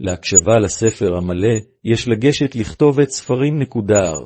להקשבה לספר המלא יש לגשת לכתובת ספרים.r.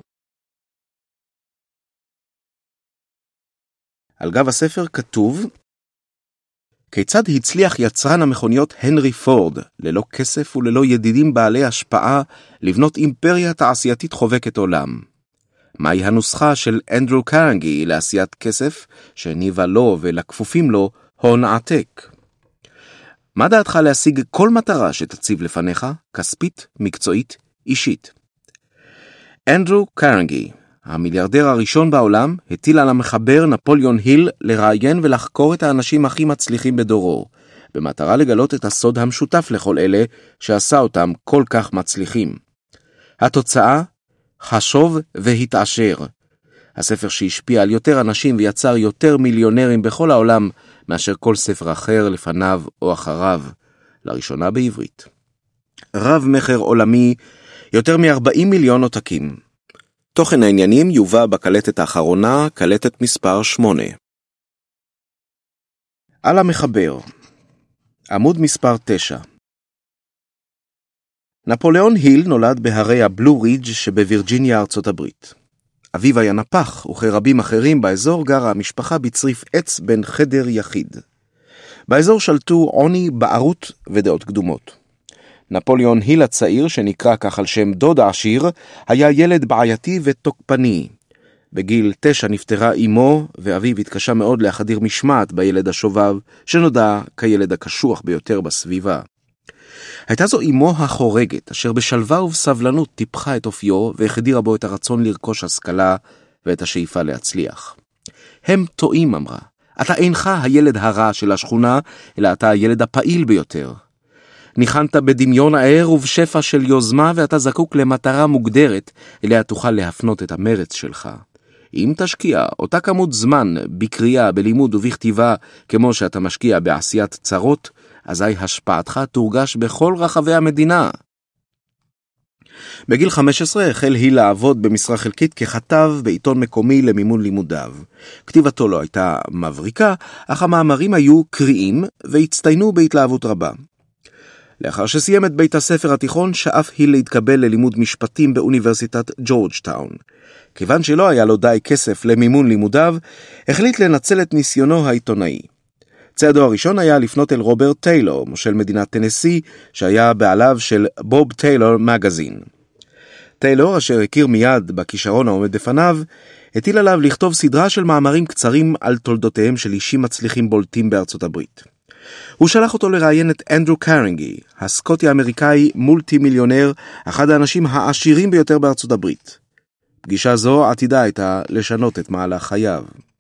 על גב הספר כתוב: כיצד הצליח יצרן המכוניות הנרי פורד, ללא כסף וללא ידידים בעלי השפעה, לבנות אימפריה תעשייתית חובקת עולם? מהי הנוסחה של אנדרו קרנגי לעשיית כסף, שניבה לו ולכפופים לו הון עתק? מה דעתך להשיג כל מטרה שתציב לפניך, כספית, מקצועית, אישית? אנדרו קרנגי, המיליארדר הראשון בעולם, הטיל על המחבר נפוליאון היל לראיין ולחקור את האנשים הכי מצליחים בדורו, במטרה לגלות את הסוד המשותף לכל אלה שעשה אותם כל כך מצליחים. התוצאה? חשוב והתעשר. הספר שהשפיע על יותר אנשים ויצר יותר מיליונרים בכל העולם מאשר כל ספר אחר לפניו או אחריו, לראשונה בעברית. רב מחר עולמי, יותר מ-40 מיליון עותקים. תוכן העניינים יובא בקלטת האחרונה, קלטת מספר 8. על המחבר, עמוד מספר 9. נפוליאון היל נולד בהרי הבלו רידג' שבווירג'יניה, ארצות הברית. אביו היה נפח, וכרבים אחרים באזור גרה המשפחה בצריף עץ בין חדר יחיד. באזור שלטו עוני, בערות ודעות קדומות. נפוליאון היל הצעיר, שנקרא כך על שם דוד העשיר, היה ילד בעייתי ותוקפני. בגיל 9 נפטרה אמו, ואביו התקשה מאוד להחדיר משמעת בילד השובב, שנודע כילד הקשוח ביותר בסביבה. הייתה זו אמו החורגת, אשר בשלווה ובסבלנות טיפחה את אופיו, והחדירה בו את הרצון לרכוש השכלה ואת השאיפה להצליח. הם טועים, אמרה. אתה אינך הילד הרע של השכונה, אלא אתה הילד הפעיל ביותר. ניחנת בדמיון הער ובשפע של יוזמה, ואתה זקוק למטרה מוגדרת, אליה תוכל להפנות את המרץ שלך. אם תשקיע אותה כמות זמן בקריאה, בלימוד ובכתיבה, כמו שאתה משקיע בעשיית צרות, אזי השפעתך תורגש בכל רחבי המדינה. בגיל 15 החל היל לעבוד במשרה חלקית ככתב בעיתון מקומי למימון לימודיו. כתיבתו לא הייתה מבריקה, אך המאמרים היו קריאים והצטיינו בהתלהבות רבה. לאחר שסיים את בית הספר התיכון, שאף היל להתקבל ללימוד משפטים באוניברסיטת ג'ורג'טאון. כיוון שלא היה לו די כסף למימון לימודיו, החליט לנצל את ניסיונו העיתונאי. צעדו הראשון היה לפנות אל רוברט טיילור, מושל מדינת טנסי, שהיה בעליו של בוב טיילור מגזין. טיילור, אשר הכיר מיד בכישרון העומד בפניו, הטיל עליו לכתוב סדרה של מאמרים קצרים על תולדותיהם של אישים מצליחים בולטים בארצות הברית. הוא שלח אותו לראיין את אנדרו קרנגי, הסקוטי האמריקאי מולטי מיליונר, אחד האנשים העשירים ביותר בארצות הברית. פגישה זו עתידה הייתה לשנות את מהלך חייו.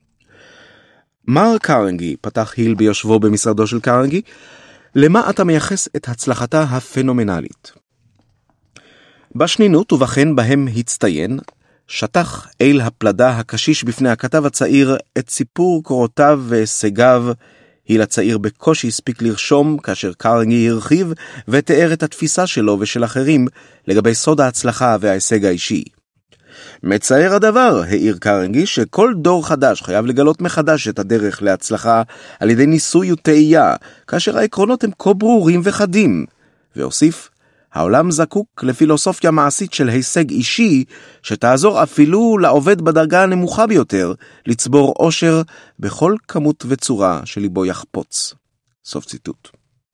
מר קרנגי, פתח היל ביושבו במשרדו של קרנגי, למה אתה מייחס את הצלחתה הפנומנלית? בשנינות ובכן בהם הצטיין, שטח אל הפלדה הקשיש בפני הכתב הצעיר את סיפור קורותיו והישגיו. היל הצעיר בקושי הספיק לרשום כאשר קרנגי הרחיב ותיאר את התפיסה שלו ושל אחרים לגבי סוד ההצלחה וההישג האישי. מצער הדבר, העיר קרנגי, שכל דור חדש חייב לגלות מחדש את הדרך להצלחה על ידי ניסוי וטעייה, כאשר העקרונות הם כה ברורים וחדים. והוסיף, העולם זקוק לפילוסופיה מעשית של הישג אישי, שתעזור אפילו לעובד בדרגה הנמוכה ביותר, לצבור עושר בכל כמות וצורה שליבו יחפוץ. סוף ציטוט.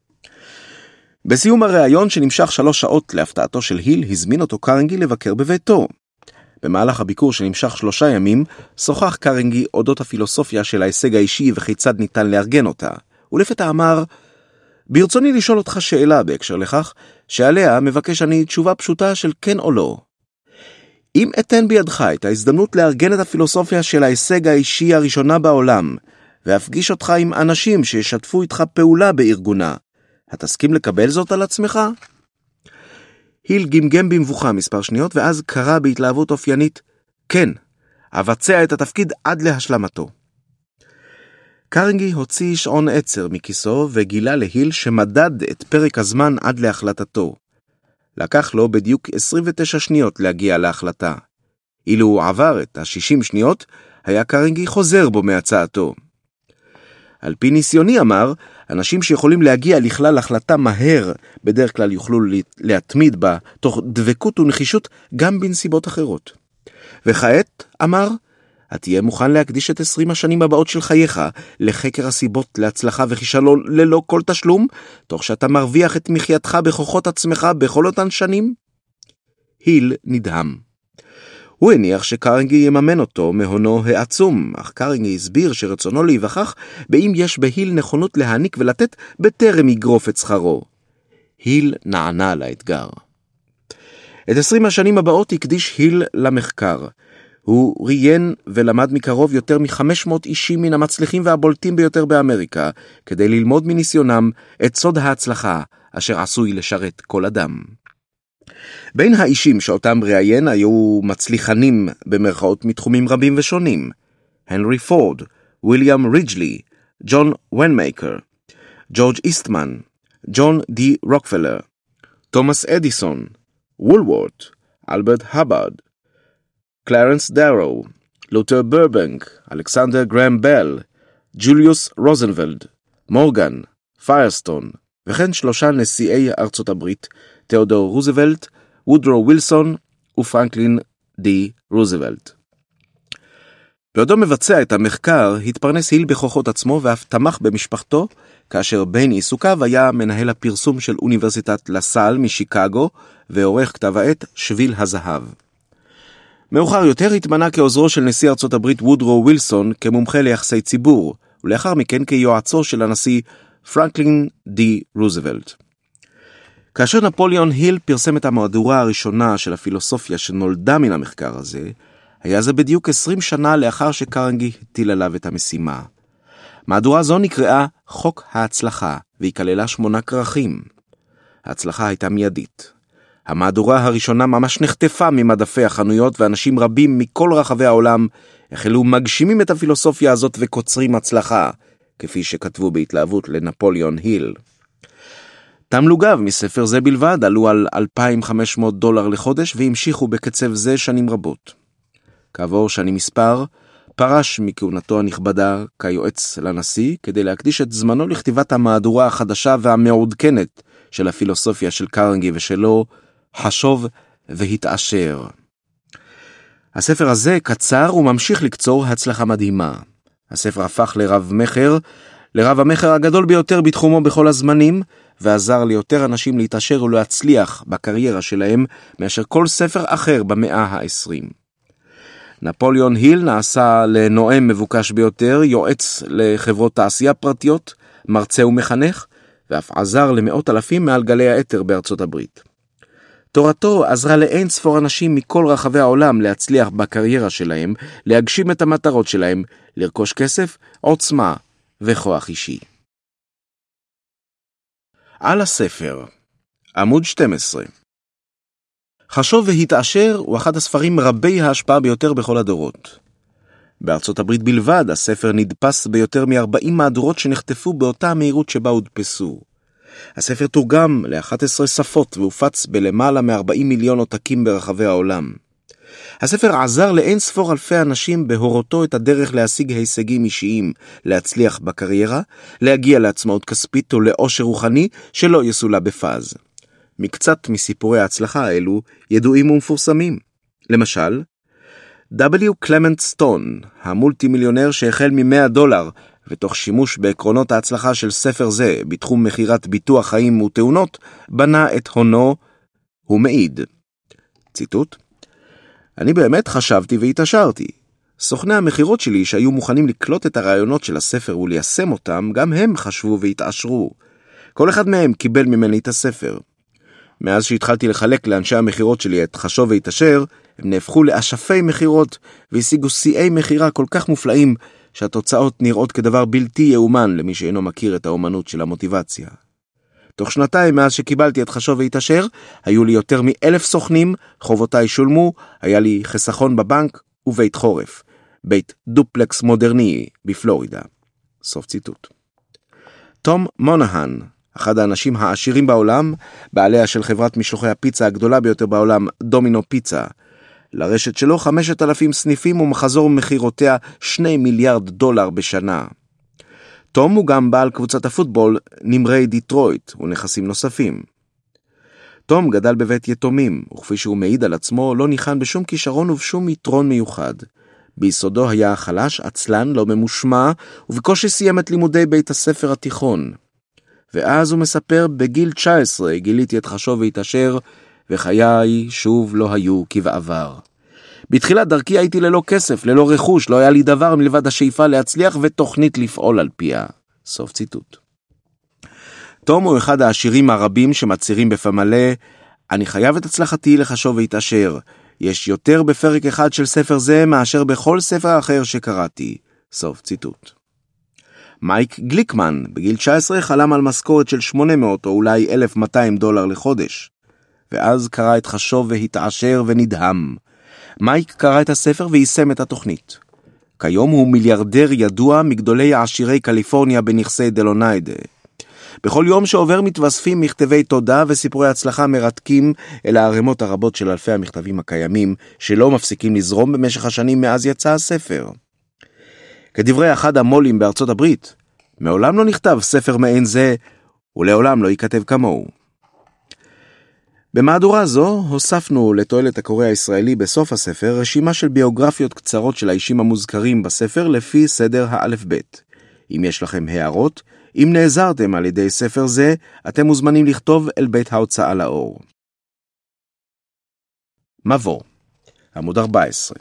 בסיום הראיון שנמשך 3 שעות להפתעתו של היל, הזמין אותו קרנגי לבקר בביתו. במהלך הביקור שנמשך 3 ימים, שוחח קרנגי אודות הפילוסופיה של ההישג האישי וכיצד ניתן לארגן אותה. ולפתע אמר, ברצוני לשאול אותך שאלה בהקשר לכך, שעליה מבקש אני תשובה פשוטה של כן או לא. אם אתן בידך את ההזדמנות לארגן את הפילוסופיה של ההישג האישי הראשונה בעולם, והפגיש אותך עם אנשים שישתפו איתך פעולה בארגונה, התסכים לקבל זאת על עצמך? היל גמגם במבוכה מספר שניות, ואז קרא בהתלהבות אופיינית, כן, אבצע את התפקיד עד להשלמתו. קרנגי הוציא שעון עצר מכיסו וגילה להיל שמדד את פרק הזמן עד להחלטתו. לקח לו בדיוק 29 שניות להגיע להחלטה. אילו הוא עבר את ה-60 שניות, היה קרנגי חוזר בו מהצעתו. על פי ניסיוני אמר, אנשים שיכולים להגיע לכלל החלטה מהר, בדרך כלל יוכלו להתמיד בה, תוך דבקות ונחישות גם בנסיבות אחרות. וכעת, אמר, תהיה מוכן להקדיש את 20 השנים הבאות של חייך לחקר הסיבות להצלחה וכישלון ללא כל תשלום, תוך שאתה מרוויח את מחייתך בכוחות עצמך בכל אותן שנים? היל נדהם. הוא הניח שקרנגי יממן אותו מהונו העצום, אך קרנגי הסביר שרצונו להיווכח באם יש בהיל נכונות להעניק ולתת בטרם יגרוף את שכרו. היל נענה לאתגר. את 20 השנים הבאות הקדיש היל למחקר. הוא ראיין ולמד מקרוב יותר מ-500 אישים מן המצליחים והבולטים ביותר באמריקה, כדי ללמוד מניסיונם את סוד ההצלחה אשר עשוי לשרת כל אדם. בין האישים שאותם ראיין היו מצליחנים במרכאות מתחומים רבים ושונים. הנרי פורד, ויליאם ריג'לי, ג'ון ונמייקר, ג'ורג' איסטמן, ג'ון די רוקפלר, תומאס אדיסון, וולוורט, אלברט הבארד, קלרנס דארו, לותר ברבנק, אלכסנדר גרהם בל, ג'וליוס רוזנבלד, מורגן, פיירסטון, וכן 3 נשיאי ארצות הברית, תיאודור רוזוולט, וודרו ווילסון ופרנקלין די רוזוולט. בעודו מבצע את המחקר, התפרנס היל בכוחות עצמו ואף תמך במשפחתו, כאשר בין עיסוקיו היה מנהל הפרסום של אוניברסיטת לסל משיקגו, ועורך כתב העת שביל הזהב. מאוחר יותר התמנה כעוזרו של נשיא ארצות הברית וודרו ווילסון כמומחה ליחסי ציבור, ולאחר מכן כיועצו של הנשיא פרנקלין די רוזוולט. כאשר נפוליאון היל פרסם את המהדורה הראשונה של הפילוסופיה שנולדה מן המחקר הזה, היה זה בדיוק 20 שנה לאחר שקרנגי הטיל עליו את המשימה. מהדורה זו נקראה חוק ההצלחה, והיא כללה 8 כרכים. ההצלחה הייתה מיידית. המהדורה הראשונה ממש נחטפה ממדפי החנויות, ואנשים רבים מכל רחבי העולם החלו מגשימים את הפילוסופיה הזאת וקוצרים הצלחה, כפי שכתבו בהתלהבות לנפוליאון היל. תמלוגיו מספר זה בלבד עלו על $2,500 לחודש, והמשיכו בקצב זה שנים רבות. כעבור שנים מספר, פרש מכהונתו הנכבדה כיועץ לנשיא, כדי להקדיש את זמנו לכתיבת המהדורה החדשה והמעודכנת של הפילוסופיה של קרנגי ושלו, חשוב והתעשר. הספר הזה קצר וממשיך לקצור הצלחה מדהימה. הספר הפך לרב המחר הגדול ביותר בתחומו בכל הזמנים, ועזר ליותר אנשים להתעשר ולהצליח בקריירה שלהם מאשר כל ספר אחר במאה ה-20. נפוליאון היל נעשה לנואם מבוקש ביותר, יועץ לחברות תעשייה פרטיות, מרצה ומחנך, ואף עזר למאות אלפים מעל גלי האתר בארצות הברית. תורתו עזרה לאין ספור אנשים מכל רחבי העולם להצליח בקריירה שלהם, להגשים את המטרות שלהם, לרכוש כסף, עוצמה וכוח אישי. על הספר, עמוד 12. חשוב והתעשר הוא אחד הספרים רבי ההשפעה ביותר בכל הדורות. בארצות הברית בלבד הספר נדפס ביותר מ-40 מהדורות שנחטפו באותה המהירות שבה הודפסו. הספר תורגם ל-11 שפות והופץ בלמעלה מ-40 מיליון עותקים ברחבי העולם. הספר עזר לאין ספור אלפי אנשים בהורותו את הדרך להשיג הישגים אישיים, להצליח בקריירה, להגיע לעצמאות כספית ולאושר רוחני שלא יסולה בפאז. מקצת מסיפורי ההצלחה האלו ידועים ומפורסמים. למשל, W. קלמנט סטון, המולטי מיליונר שהחל $100, ותוך שימוש בעקרונות ההצלחה של ספר זה בתחום מחירת ביטוח חיים ותאונות, בנה את הונו, הוא מעיד. ציטוט: אני באמת חשבתי והתעשרתי. סוכני המחירות שלי שהיו מוכנים לקלוט את הרעיונות של הספר וליישם אותם, גם הם חשבו והתעשרו. כל אחד מהם קיבל ממני את הספר. מאז שהתחלתי לחלק לאנשי המחירות שלי את חשוב והתעשר, הם נהפכו לאשפי מחירות והשיגו שיאי מחירה כל כך מופלאים שהתוצאות נראות כדבר בלתי יאומן למי שאינו מכיר את האומנות של המוטיבציה. תוך שנתיים מאז שקיבלתי את חשוב והתעשר, היו לי יותר מ1,000 סוכנים, חובותיי שולמו, היה לי חסכון בבנק ובית חורף, בית דופלקס מודרני בפלורידה. סוף ציטוט. תום מונהן, אחד האנשים העשירים בעולם, בעליה של חברת משלוחי הפיצה הגדולה ביותר בעולם, דומינו פיצה. לרשת שלו 5,000 סניפים ומחזור מחירותיה $2 מיליארד בשנה. תום הוא גם בעל קבוצת הפוטבול נמרי דיטרויט ונכסים נוספים. תום גדל בבית יתומים, וכפי שהוא מעיד על עצמו, לא ניחן בשום כישרון ובשום יתרון מיוחד. ביסודו היה חלש, עצלן, לא ממושמע, ובקושי סיים את לימודי בית הספר התיכון. ואז הוא מספר, בגיל 19 גיליתי את חשוב והתעשר, וחיי שוב לא היו כבעבר. בתחילת דרכי הייתי ללא כסף, ללא רכוש, לא היה לי דבר מלבד השאיפה להצליח ותוכנית לפעול על פיה. סוף ציטוט. תום הוא אחד העשירים הרבים שמצהירים בפה מלא, אני חייב את הצלחתי לחשוב והתעשר. יש יותר בפרק אחד של ספר זה מאשר בכל ספר אחר שקראתי. סוף ציטוט. מייק גליקמן בגיל 19 חלם על משכורת של 800 או אולי $1,200 לחודש. ואז קרא את חשוב והתעשר ונדהם. מייק קרא את הספר ויישם את התוכנית. כיום הוא מיליארדר ידוע מגדולי העשירי קליפורניה בנכסי דלוניידה. בכל יום שעובר מתווספים מכתבי תודה וסיפורי הצלחה מרתקים אל הערימות הרבות של אלפי המכתבים הקיימים שלא מפסיקים לזרום במשך השנים מאז יצא הספר. כדברי אחד המולים בארצות הברית, מעולם לא נכתב ספר מעין זה ולעולם לא ייכתב כמוהו. במהדורה זו הוספנו לתועלת הקורא הישראלי בסוף הספר רשימה של ביוגרפיות קצרות של האישים המוזכרים בספר לפי סדר האלף בית. אם יש לכם הערות, אם נעזרתם על ידי ספר זה, אתם מוזמנים לכתוב אל בית ההוצאה לאור. מבוא, עמוד 14.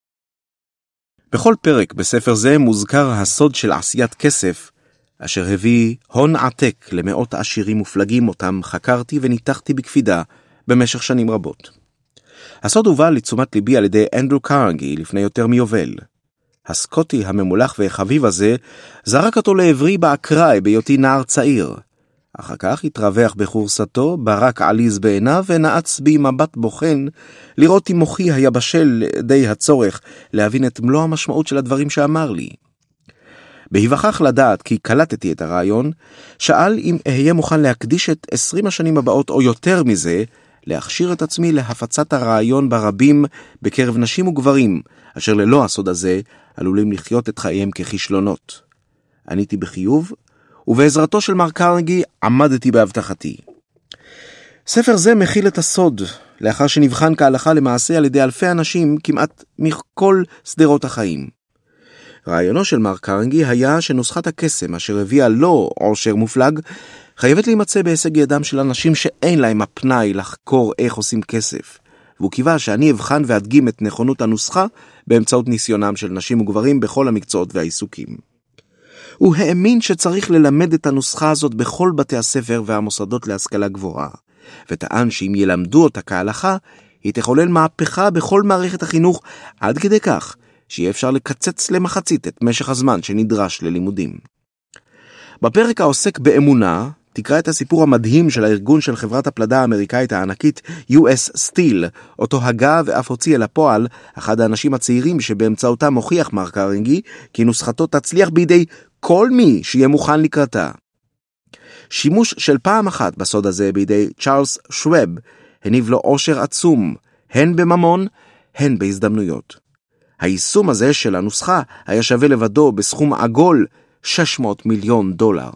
בכל פרק בספר זה מוזכר הסוד של עשיית כסף, אשר הביא הון עתק למאות עשירים מופלגים אותם חקרתי וניתחתי בקפידה במשך שנים רבות. הסוד הובא לתשומת ליבי על ידי אנדרו קרגי לפני יותר מיובל. הסקוטי הממולח וחביב הזה זרק אותו לעברי באקראי בהיותי נער צעיר. אחר כך התרווח בחורסתו, ברק עליז בעיניו ונעץ בי מבט בוחן לראות אם מוחי היה בשל די הצורך להבין את מלוא המשמעות של הדברים שאמר לי. בהיווכח לדעת כי קלטתי את הרעיון, שאל אם אהיה מוכן להקדיש את 20 השנים הבאות או יותר מזה, להכשיר את עצמי להפצת הרעיון ברבים בקרב נשים וגברים, אשר ללא הסוד הזה עלולים לחיות את חייהם ככישלונות. עניתי בחיוב, ובעזרתו של מר קרגי עמדתי בהבטחתי. ספר זה מכיל את הסוד, לאחר שנבחן כהלכה למעשה על ידי אלפי אנשים כמעט מכל סדרות החיים. רעיונו של מר קרגי היה שנוסחת הקסם אשר הביאה לו עושר מופלג, חייבת להימצא בהישג ידם של אנשים שאין להם הפנאי לחקור איך עושים כסף. והוא קיווה שאני אבחן ואדגים את נכונות הנוסחה באמצעות ניסיונם של נשים וגברים בכל המקצועות והעיסוקים. הוא האמין שצריך ללמד את הנוסחה הזאת בכל בתי הספר והמוסדות להשכלה גבוהה, וטען שאם ילמדו אותה כהלכה, היא תחולל מהפכה בכל מערכת החינוך עד כדי כך שיהיה אפשר לקצץ למחצית את משך הזמן שנדרש ללימודים. בפרק העוסק באמונה, תקרא את הסיפור המדהים של הארגון של חברת הפלדה האמריקאית הענקית US Steel, אותו הגה ואף הוציא אל הפועל אחד האנשים הצעירים שבאמצעותם הוכיח מר קרגי כי נוסחתו תצליח בידי כל מי שיהיה מוכן לקראתה. שימוש של פעם אחת בסוד הזה בידי צ'ארלס שווב הניב לו עושר עצום, הן בממון, הן בהזדמנויות. היישום הזה של הנוסחה היה שווה לבדו בסכום עגול $600 מיליון.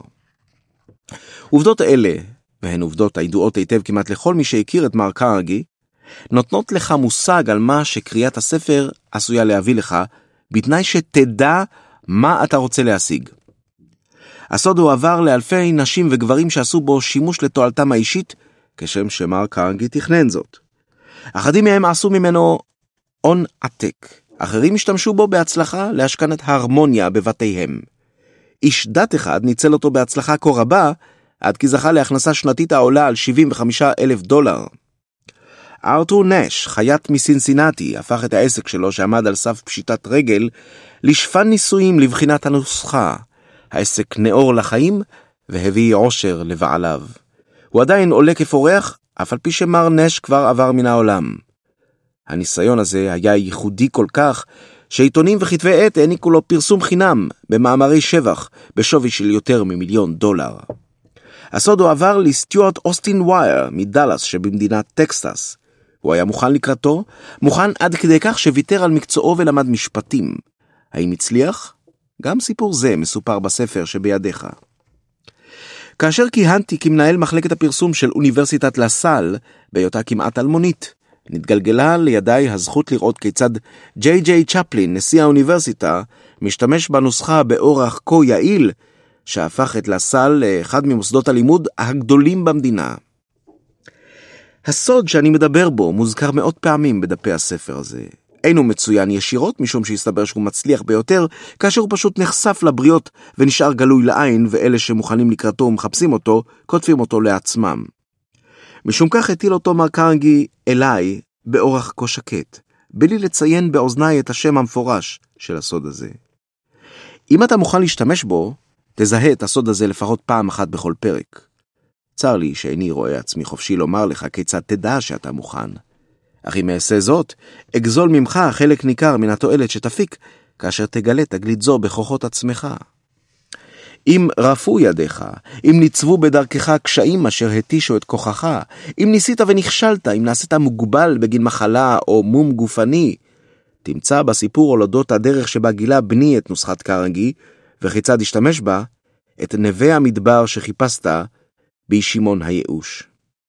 עובדות אלה, והן עובדות הידועות היטב כמעט לכל מי שהכיר את מר קרגי, נותנות לך מושג על מה שקריאת הספר עשויה להביא לך, בתנאי שתדע מה אתה רוצה להשיג. הסוד הוא עבר לאלפי נשים וגברים שעשו בו שימוש לתועלתם האישית, כשם שמר קרגי תכנן זאת. אחדים מהם עשו ממנו הון עתק, אחרים השתמשו בו בהצלחה להשכנת הרמוניה בבתיהם. איש דת אחד ניצל אותו בהצלחה כה רבה, עד כי זכה להכנסה שנתית העולה על $75,000. ארתור נש, חייט מסינסינטי, הפך את העסק שלו שעמד על סף פשיטת רגל, לשפן ניסויים לבחינת הנוסחה. העסק נאור לחיים והביא עושר לבעליו. הוא עדיין עולה כפורח, אף על פי שמר נש כבר עבר מן העולם. הניסיון הזה היה ייחודי כל כך, שעיתונים וכתבי עת העניקו לו פרסום חינם במאמרי שבח בשווי של יותר $1 מיליון. הסוד הוא עבר לסטיוארט אוסטין ווייר מדלס שבמדינת טקסס. הוא היה מוכן לקראתו, מוכן עד כדי כך שוויתר על מקצועו ולמד משפטים. האם הצליח? גם סיפור זה מסופר בספר שבידיך. כאשר כיהנתי כמנהל מחלקת הפרסום של אוניברסיטת לסל, בהיותה כמעט אלמונית, נתגלגלה לידיי הזכות לראות כיצד ג'יי צ'פלין, נשיא האוניברסיטה, משתמש בנוסחה באורח כה יעיל, שהפך את לסל לאחד ממוסדות הלימוד הגדולים במדינה. הסוד שאני מדבר בו מוזכר מאות פעמים בדפי הספר הזה. אינו מצוין ישירות, משום שהסתבר שהוא מצליח ביותר, כאשר הוא פשוט נחשף לבריות ונשאר גלוי לעין, ואלה שמוכנים לקראתו ומחפשים אותו, כותבים אותו לעצמם. משום כך הטיל אותו מר קרנגי אליי באורח כה שקט, בלי לציין באוזניי את השם המפורש של הסוד הזה. אם אתה מוכן להשתמש בו, תזהה את הסוד הזה לפחות פעם אחת בכל פרק. צר לי שאיני רואה עצמי חופשי לומר לך כיצד תדע שאתה מוכן. אך אם אעשה זאת, אגזול ממך חלק ניכר מן התועלת שתפיק, כאשר תגלה תגלית זו בכוחות עצמך. אם רפו ידיך, אם ניצבו בדרכך קשיים אשר התישו את כוחך, אם ניסית ונכשלת, אם נעשית מוגבל בגין מחלה או מום גופני, תמצא בסיפור הולדות הדרך שבה גילה בני את נוסחת קרנגי, וכיצד השתמש בה, את נווה המדבר שחיפשת בישימון הייאוש.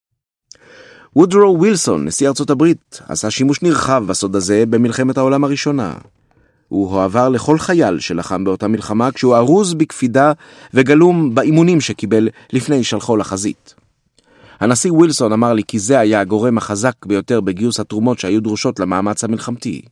וודרו ווילסון, נשיא ארצות הברית, עשה שימוש נרחב בסוד הזה במלחמת העולם הראשונה. הוא הועבר לכל חייל שלחם באותה מלחמה כשהוא ארוז בקפידה וגלום באימונים שקיבל לפני שלחו לחזית. הנשיא ווילסון אמר לי כי זה היה הגורם החזק ביותר בגיוס התרומות שהיו דרושות למאמץ המלחמתי.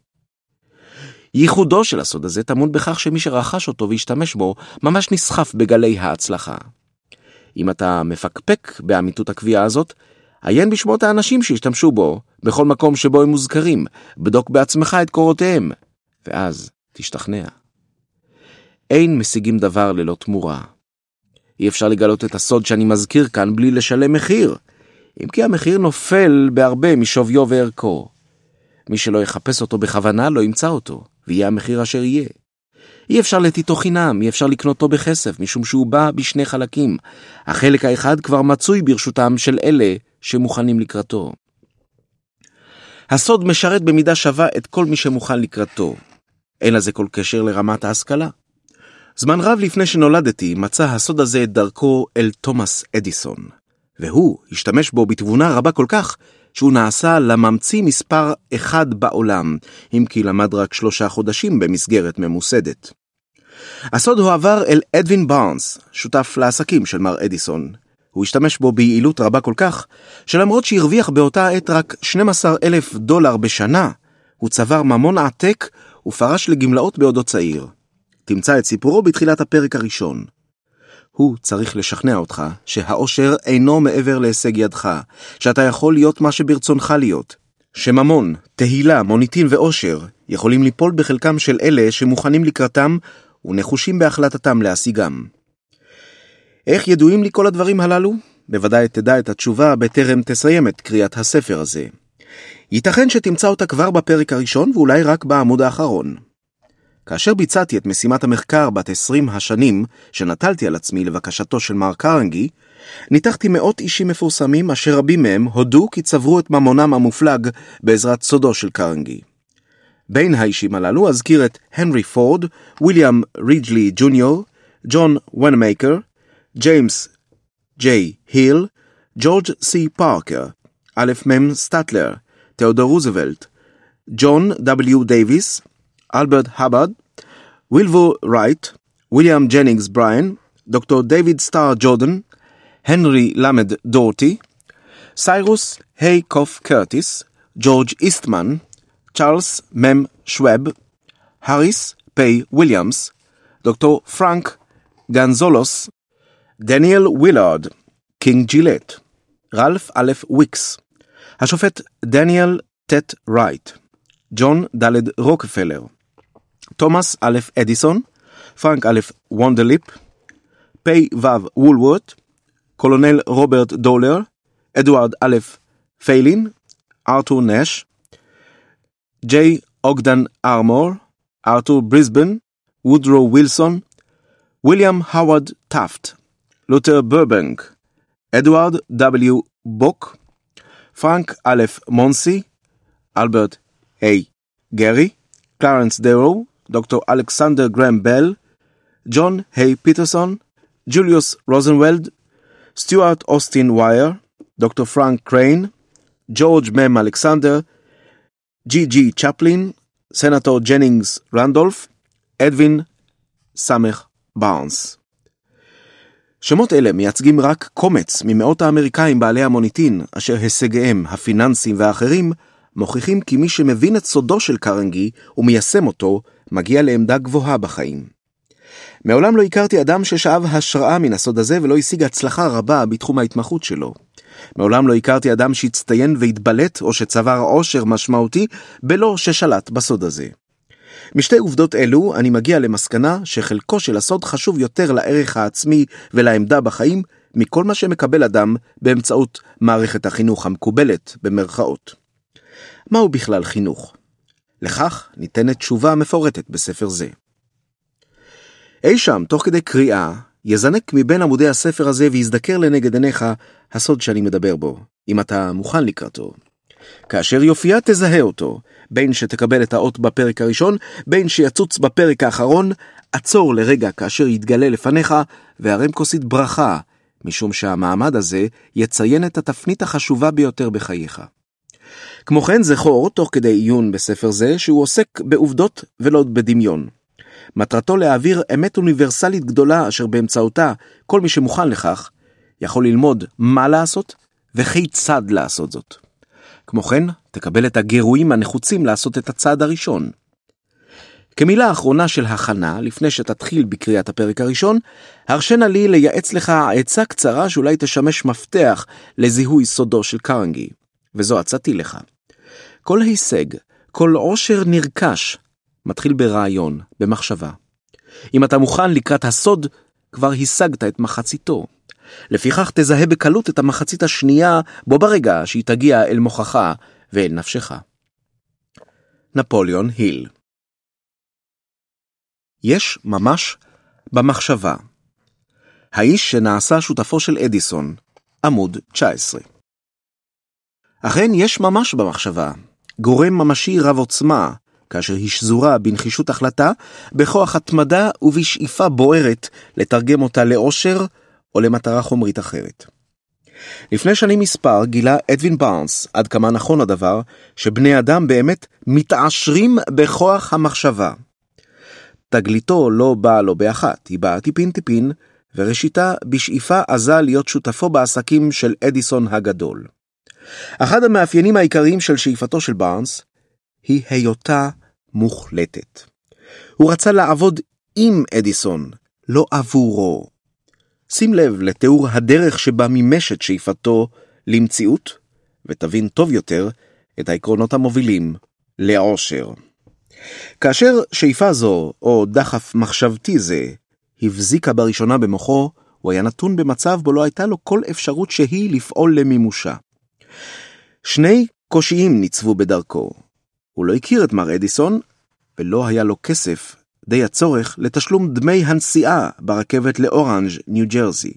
ייחודו של הסוד הזה טמון בכך שמי שרכש אותו והשתמש בו ממש נסחף בגלי ההצלחה. אם אתה מפקפק באמיתות הקביעה הזאת, עיין בשמות האנשים שהשתמשו בו בכל מקום שבו הם מוזכרים, בדוק בעצמך את קורותיהם, ואז תשתכנע. אין משיגים דבר ללא תמורה. אי אפשר לגלות את הסוד שאני מזכיר כאן בלי לשלם מחיר, אם כי המחיר נופל בהרבה משוויו וערכו. מי שלא יחפש אותו בכוונה לא ימצא אותו, ויהיה המחיר אשר יהיה. אי אפשר לתיתו חינם, אי אפשר לקנותו בכסף, משום שהוא בא בשני חלקים. החלק האחד כבר מצוי ברשותם של אלה שמוכנים לקראתו. הסוד משרת במידה שווה את כל מי שמוכן לקראתו. אין לזה כל קשר לרמת ההשכלה. זמן רב לפני שנולדתי מצא הסוד הזה את דרכו אל תומאס אדיסון, והוא השתמש בו בתבונה רבה כל כך שהוא נעשה לממציא מספר אחד בעולם, אם כי למד רק 3 חודשים במסגרת ממוסדת. הסוד הועבר אל אדווין בארנס, שותף לעסקים של מר אדיסון. הוא השתמש בו ביעילות רבה כל כך, שלמרות שהרוויח באותה עת רק $12,000 בשנה, הוא צבר ממון עתק ופרש לגמלאות בעודו צעיר. תמצא את סיפורו בתחילת הפרק הראשון. הוא צריך לשכנע אותך שהאושר אינו מעבר להישג ידך, שאתה יכול להיות מה שברצונך להיות, שממון, תהילה, מוניטין ואושר יכולים ליפול בחלקם של אלה שמוכנים לקראתם ונחושים בהחלטתם להשיגם. איך ידועים לי כל הדברים הללו? בוודאי תדע את התשובה בטרם תסיים את קריאת הספר הזה. ייתכן שתמצא אותה כבר בפרק הראשון ואולי רק בעמוד האחרון. כאשר ביצעתי את משימת המחקר בת 20 השנים שנטלתי על עצמי לבקשתו של מר קרנגי, ניתחתי מאות אישים מפורסמים אשר רבים מהם הודו כי צברו את ממונם המופלג בעזרת סודו של קרנגי. בין האישים הללו אזכיר את הנרי פורד, ויליאם רידג'לי ג'וניור, ג'ון ונמייקר, ג'יימס ג'יי היל, ג'ורג' סי פארקר, א' מ' סטטלר, תיאודור רוזוולט, ג'ון W. דייביס, אלברט הברד, וילבור רייט, ויליאם ג'נינגס בריין, דוקטור דיוויד סטאר ג'ורדן, הנרי למד דורטי, סיירוס היי קוף קרטיס, ג'ורג' איסטמן, צ'ארלס מם שווב, הריס פיי וויליאמס, דוקטור פרנק גנזולוס, דניאל ווילארד, קינג ג'ילט, רלף א' וויקס, השופט דניאל טט רייט, ג'ון ד' רוקפלר, תומאס א' אדיסון, פרנק א' וונדליפ, פי ו' וולוורט, קולונל רוברט דולר, אדוארד א' פיילין, ארתור נש, ג'יי אוגדן ארמור, ארתור בריסבן, וודרו ווילסון, ויליאם הווארד טאפט, לותר ברבנק, אדוארד W. בוק, פרנק א' מונסי, אלברט A. גרי, קלרנס דרו, דוקטור אלכסנדר גרם בל, ג'ון היי פיטרסון, ג'וליוס רוזנוולד, סטיוארט אוסטין ווייר, דוקטור פרנק קריין, ג'ורג' מם אלכסנדר, ג'י צ'פלין, סנטור ג'נינגס רנדולף, אדווין סמך בארנס. שמות אלה מייצגים רק קומץ ממאות האמריקאים בעלי המוניטין, אשר הישגיהם הפיננסיים והאחרים מוכיחים כי מי שמבין את סודו של קרנגי ומיישם אותו, מגיע לעמדה גבוהה בחיים. מעולם לא הכרתי אדם ששאב השראה מן הסוד הזה ולא השיג הצלחה רבה בתחום ההתמחות שלו. מעולם לא הכרתי אדם שהצטיין והתבלט או שצבר עושר משמעותי בלא ששלט בסוד הזה. משתי עובדות אלו אני מגיע למסקנה שחלקו של הסוד חשוב יותר לערך העצמי ולעמדה בחיים מכל מה שמקבל אדם באמצעות מערכת החינוך המקובלת במרכאות. מהו בכלל חינוך? לכך ניתנת תשובה מפורטת בספר זה. אי שם, תוך כדי קריאה, יזנק מבין עמודי הספר הזה ויזדקר לנגד עיניך הסוד שאני מדבר בו, אם אתה מוכן לקראתו. כאשר יופיע תזהה אותו, בין שתקבל את האות בפרק הראשון, בין שיצוץ בפרק האחרון, עצור לרגע כאשר יתגלה לפניך, והרם כוסית ברכה, משום שהמעמד הזה יציין את התפנית החשובה ביותר בחייך. כמו כן זכור, תוך כדי עיון בספר זה, שהוא עוסק בעובדות ולא בדמיון. מטרתו להעביר אמת אוניברסלית גדולה, אשר באמצעותה כל מי שמוכן לכך, יכול ללמוד מה לעשות וכיצד לעשות זאת. כמו כן, תקבל את הגירויים הנחוצים לעשות את הצעד הראשון. כמילה אחרונה של הכנה, לפני שתתחיל בקריאת הפרק הראשון, הרשנה לי לייעץ לך עצה קצרה שאולי תשמש מפתח לזיהוי סודו של קרנגי. וזו עצתי לך. כל הישג, כל עושר נרכש, מתחיל ברעיון, במחשבה. אם אתה מוכן לקראת הסוד, כבר השגת את מחציתו. לפיכך תזהה בקלות את המחצית השנייה, בו ברגע שהיא תגיע אל מוחך ואל נפשך. נפוליאון היל. יש ממש במחשבה. האיש שנעשה שותפו של אדיסון, עמוד 19. אכן יש ממש במחשבה, גורם ממשי רב עוצמה, כאשר היא שזורה בנחישות החלטה, בכוח התמדה ובשאיפה בוערת לתרגם אותה לאושר או למטרה חומרית אחרת. לפני שנים מספר גילה אדווין בארנס עד כמה נכון הדבר שבני אדם באמת מתעשרים בכוח המחשבה. תגליתו לא באה לו באחת, היא באה טיפין טיפין, וראשיתה בשאיפה עזה להיות שותפו בעסקים של אדיסון הגדול. אחד המאפיינים העיקריים של שאיפתו של בארנס היא היותה מוחלטת. הוא רצה לעבוד עם אדיסון, לא עבורו. שים לב לתיאור הדרך שבה מימש את שאיפתו למציאות, ותבין טוב יותר את העקרונות המובילים לעושר. כאשר שאיפה זו, או דחף מחשבתי זה, הבזיקה בראשונה במוחו, הוא היה נתון במצב בו לא הייתה לו כל אפשרות שהיא לפעול למימושה. שני קושיים ניצבו בדרכו. הוא לא הכיר את מר אדיסון, ולא היה לו כסף די הצורך לתשלום דמי הנסיעה ברכבת לאורנג' ניו ג'רזי.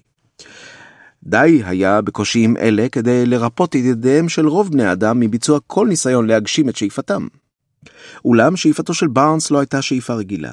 די היה בקושיים אלה כדי לרפות את ידיהם של רוב בני אדם מביצוע כל ניסיון להגשים את שאיפתם. אולם שאיפתו של בארנס לא הייתה שאיפה רגילה.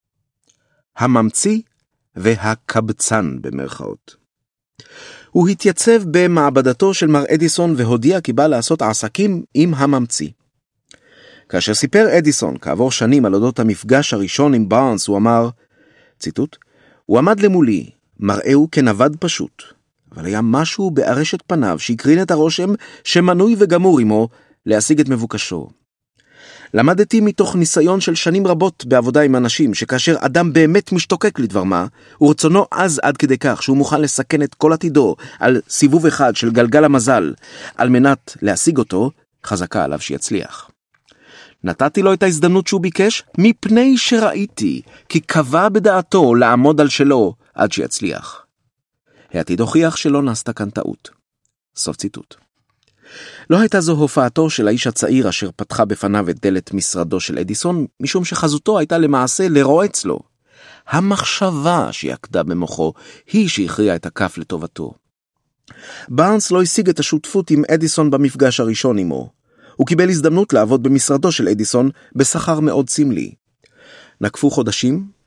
הממציא והקבצן במרכאות. הוא התייצב במעבדתו של מר אדיסון והודיע כי בא לעשות עסקים עם הממציא. כאשר סיפר אדיסון כעבור שנים על אודות המפגש הראשון עם בארנס, הוא אמר, ציטוט, הוא עמד למולי, מראהו כנווד פשוט, אבל היה משהו בארשת פניו שהקרין את הרושם שמנוי וגמור עמו להשיג את מבוקשו. למדתי מתוך ניסיון של שנים רבות בעבודה עם אנשים, שכאשר אדם באמת משתוקק לדבר מה, ורצונו אז עד כדי כך שהוא מוכן לסכן את כל עתידו על סיבוב אחד של גלגל המזל, על מנת להשיג אותו, חזקה עליו שיצליח. נתתי לו את ההזדמנות שהוא ביקש, מפני שראיתי, כי קבע בדעתו לעמוד על שלו עד שיצליח. העתיד הוכיח שלא נעשתה כאן טעות. סוף ציטוט. לא הייתה זו הופעתו של האיש הצעיר אשר פתחה בפניו את דלת משרדו של אדיסון, משום שחזותו הייתה למעשה לרועץ לו. המחשבה שיקדה במוחו היא שהכריעה את הכף לטובתו. בארנס לא השיג את השותפות עם אדיסון במפגש הראשון עמו. הוא קיבל הזדמנות לעבוד במשרדו של אדיסון בשכר מאוד סמלי. נקפו חודשים,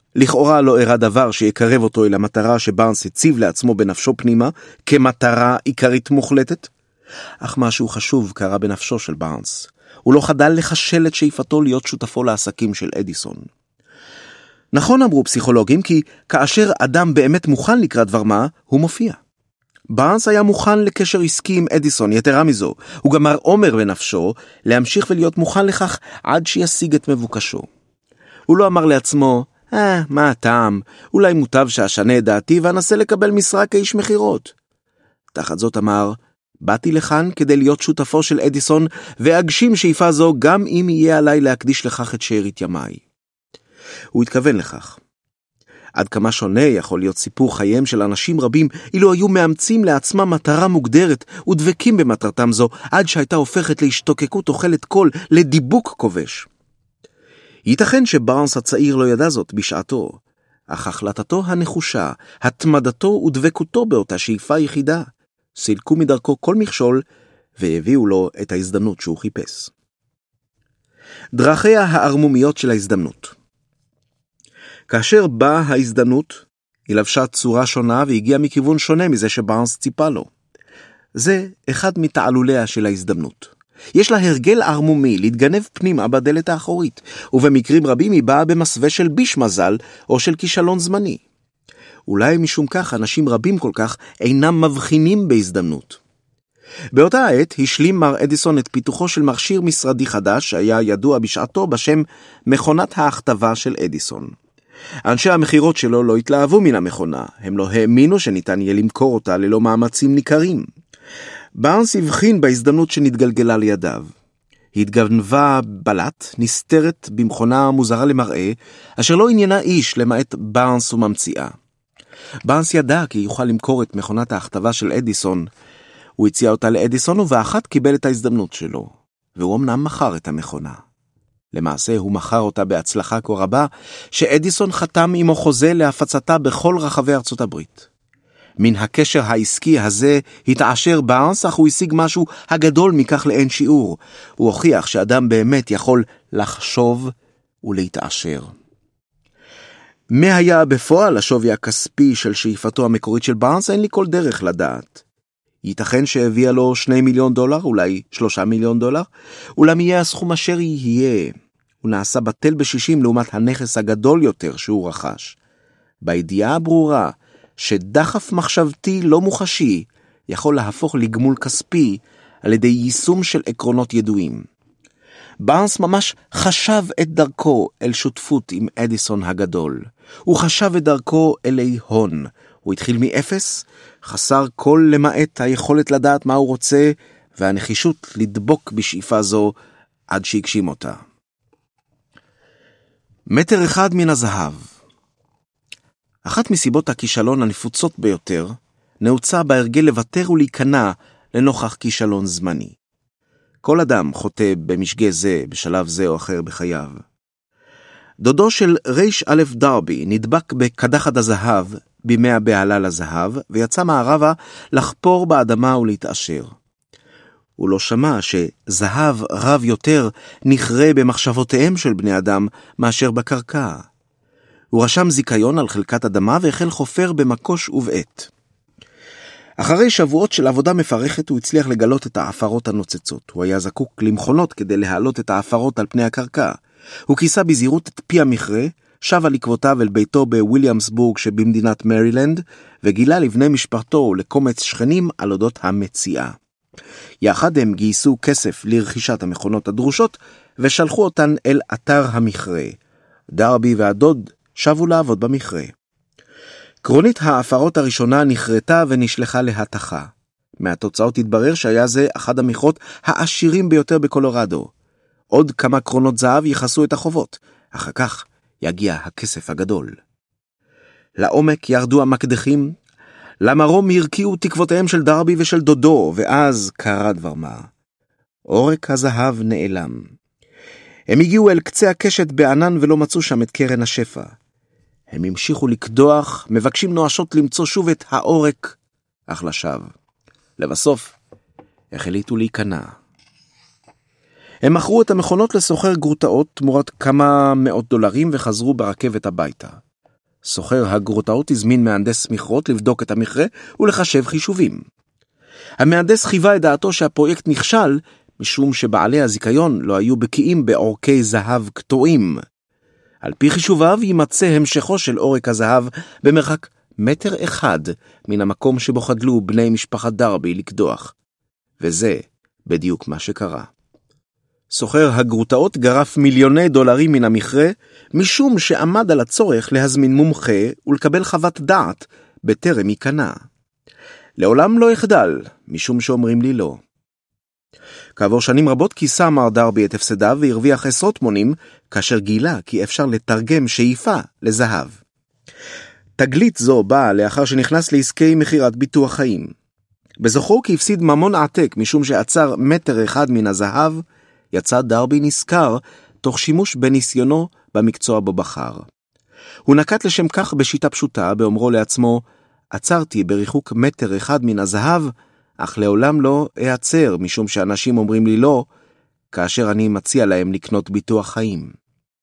לכאורה לא אירע דבר שיקרב אותו אל המטרה שבארנס הציב לעצמו בנפשו פנימה, כמטרה עיקרית מוחלטת. אך משהו חשוב קרה בנפשו של בארנס. הוא לא חדל לחשל את שאיפתו להיות שותפו לעסקים של אדיסון. נכון אמרו פסיכולוגים כי כאשר אדם באמת מוכן לקראת דבר מה, הוא מופיע. בארנס היה מוכן לקשר עסקי עם אדיסון, יתרה מזו, הוא גמר אומר בנפשו להמשיך ולהיות מוכן לכך עד שישיג את מבוקשו. הוא לא אמר לעצמו, מה הטעם, אולי מוטב שאשנה את דעתי ואנסה לקבל משרה כאיש מחירות. תחת זאת אמר, באתי לכאן כדי להיות שותפו של אדיסון ואגשים שאיפה זו גם אם יהיה עליי להקדיש לכך את שארית ימיי. הוא התכוון לכך. עד כמה שונה יכול להיות סיפור חייהם של אנשים רבים אילו היו מאמצים לעצמם מטרה מוגדרת ודבקים במטרתם זו עד שהייתה הופכת להשתוקקות אוכלת קול, לדיבוק כובש. ייתכן שבארנס הצעיר לא ידע זאת בשעתו, אך החלטתו הנחושה, התמדתו ודבקותו באותה שאיפה יחידה, סילקו מדרכו כל מכשול והביאו לו את ההזדמנות שהוא חיפש. דרכיה הערמומיות של ההזדמנות. כאשר באה ההזדמנות, היא לבשה צורה שונה והגיעה מכיוון שונה מזה שבארנס ציפה לו. זה אחד מתעלוליה של ההזדמנות. יש לה הרגל ערמומי להתגנב פנימה בדלת האחורית, ובמקרים רבים היא באה במסווה של ביש מזל או של כישלון זמני. אולי משום כך אנשים רבים כל כך אינם מבחינים בהזדמנות. באותה העת השלים מר אדיסון את פיתוחו של מכשיר משרדי חדש שהיה ידוע בשעתו בשם מכונת ההכתבה של אדיסון. אנשי המחירות שלו לא התלהבו מן המכונה, הם לא האמינו שניתן יהיה למכור אותה ללא מאמצים ניכרים. בארנס הבחין בהזדמנות שנתגלגלה לידיו. היא התגנבה בלט, נסתרת במכונה מוזרה למראה, אשר לא עניינה איש למעט בארנס וממציאה. בארנס ידע כי יוכל למכור את מכונת ההכתבה של אדיסון. הוא הציע אותה לאדיסון ובאחת קיבל את ההזדמנות שלו, והוא אמנם מכר את המכונה. למעשה הוא מכר אותה בהצלחה כה רבה, שאדיסון חתם עמו חוזה להפצתה בכל רחבי ארצות הברית. מן הקשר העסקי הזה התעשר בארנס, אך הוא השיג משהו הגדול מכך לאין שיעור. הוא הוכיח שאדם באמת יכול לחשוב ולהתעשר. מה היה בפועל השווי הכספי של שאיפתו המקורית של בארנס, אין לי כל דרך לדעת. ייתכן שהביאה לו $2 מיליון, אולי $3 מיליון, אולם יהיה הסכום אשר יהיה. הוא נעשה בטל ב-60 לעומת הנכס הגדול יותר שהוא רכש. בידיעה הברורה שדחף מחשבתי לא מוחשי יכול להפוך לגמול כספי על ידי יישום של עקרונות ידועים. בארנס ממש חשב את דרכו אל שותפות עם אדיסון הגדול. הוא חשב את דרכו אלי הון. הוא התחיל מאפס, חסר כל למעט היכולת לדעת מה הוא רוצה, והנחישות לדבוק בשאיפה זו עד שהגשים אותה. 1 מטר מן הזהב. אחת מסיבות הכישלון הנפוצות ביותר, נעוצה בהרגל לוותר ולהיכנע לנוכח כישלון זמני. כל אדם חוטא במשגה זה בשלב זה או אחר בחייו. דודו של ריש א' דרבי נדבק בקדחת הזהב בימי הבעלה לזהב, ויצא מערבה לחפור באדמה ולהתעשר. הוא לא שמע שזהב רב יותר נכרה במחשבותיהם של בני אדם מאשר בקרקע. הוא רשם זיקיון על חלקת אדמה והחל חופר במקוש ובעת. אחרי שבועות של עבודה מפרכת הוא הצליח לגלות את האפרות הנוצצות. הוא היה זקוק למכונות כדי להעלות את האפרות על פני הקרקע. הוא כיסה בזהירות את פי המכרה, שב על עקבותיו אל ביתו בוויליאמסבורג שבמדינת מרילנד, וגילה לבני משפחתו ולקומץ שכנים על אודות המציאה. יחד הם גייסו כסף לרכישת המכונות הדרושות, ושלחו אותן אל אתר המכרה. דרבי והדוד שבו לעבוד במכרה. קרונית האפרות הראשונה נחרטה ונשלחה להתחה. מהתוצאות התברר שהיה זה אחד המכרות העשירים ביותר בקולורדו. עוד כמה קרונות זהב יחסו את החובות. אחר כך יגיע הכסף הגדול. לעומק ירדו המקדחים, למרום הרקיעו תקוותיהם של דרבי ושל דודו, ואז קרה דבר מה. עורק הזהב נעלם. הם הגיעו אל קצה הקשת בענן ולא מצאו שם את קרן השפע. הם המשיכו לקדוח, מבקשים נואשות למצוא שוב את העורק, אך לשווא. לבסוף, החליטו להיכנע. הם מכרו את המכונות לסוחר גרוטאות תמורת כמה $100 וחזרו ברכבת הביתה. סוחר הגרוטאות הזמין מהנדס מכרות לבדוק את המכרה ולחשב חישובים. המהנדס חיווה את דעתו שהפרויקט נכשל, משום שבעלי הזיכיון לא היו בקיאים בעורקי זהב קטועים. על פי חישוביו יימצא המשכו של עורק הזהב במרחק 1 מטר מן המקום שבו חדלו בני משפחת דרבי לקדוח. וזה בדיוק מה שקרה. סוחר הגרוטאות גרף מיליוני דולרים מן המכרה, משום שעמד על הצורך להזמין מומחה ולקבל חוות דעת בטרם ייכנע. לעולם לא יחדל, משום שאומרים לי לא. כעבור שנים רבות כיסה מר דרבי את הפסדיו והרוויח עשרות מונים, כאשר גילה כי אפשר לתרגם שאיפה לזהב. תגלית זו באה לאחר שנכנס לעסקי מחירת ביטוח חיים. בזוכרו כי הפסיד ממון עתק משום שעצר 1 מטר מן הזהב, יצא דרבי נזכר תוך שימוש בניסיונו במקצוע בו בחר. הוא נקט לשם כך בשיטה פשוטה באומרו לעצמו, עצרתי בריחוק 1 מטר מן הזהב, אך לעולם לא אעצר משום שאנשים אומרים לי לא, כאשר אני מציע להם לקנות ביטוח חיים.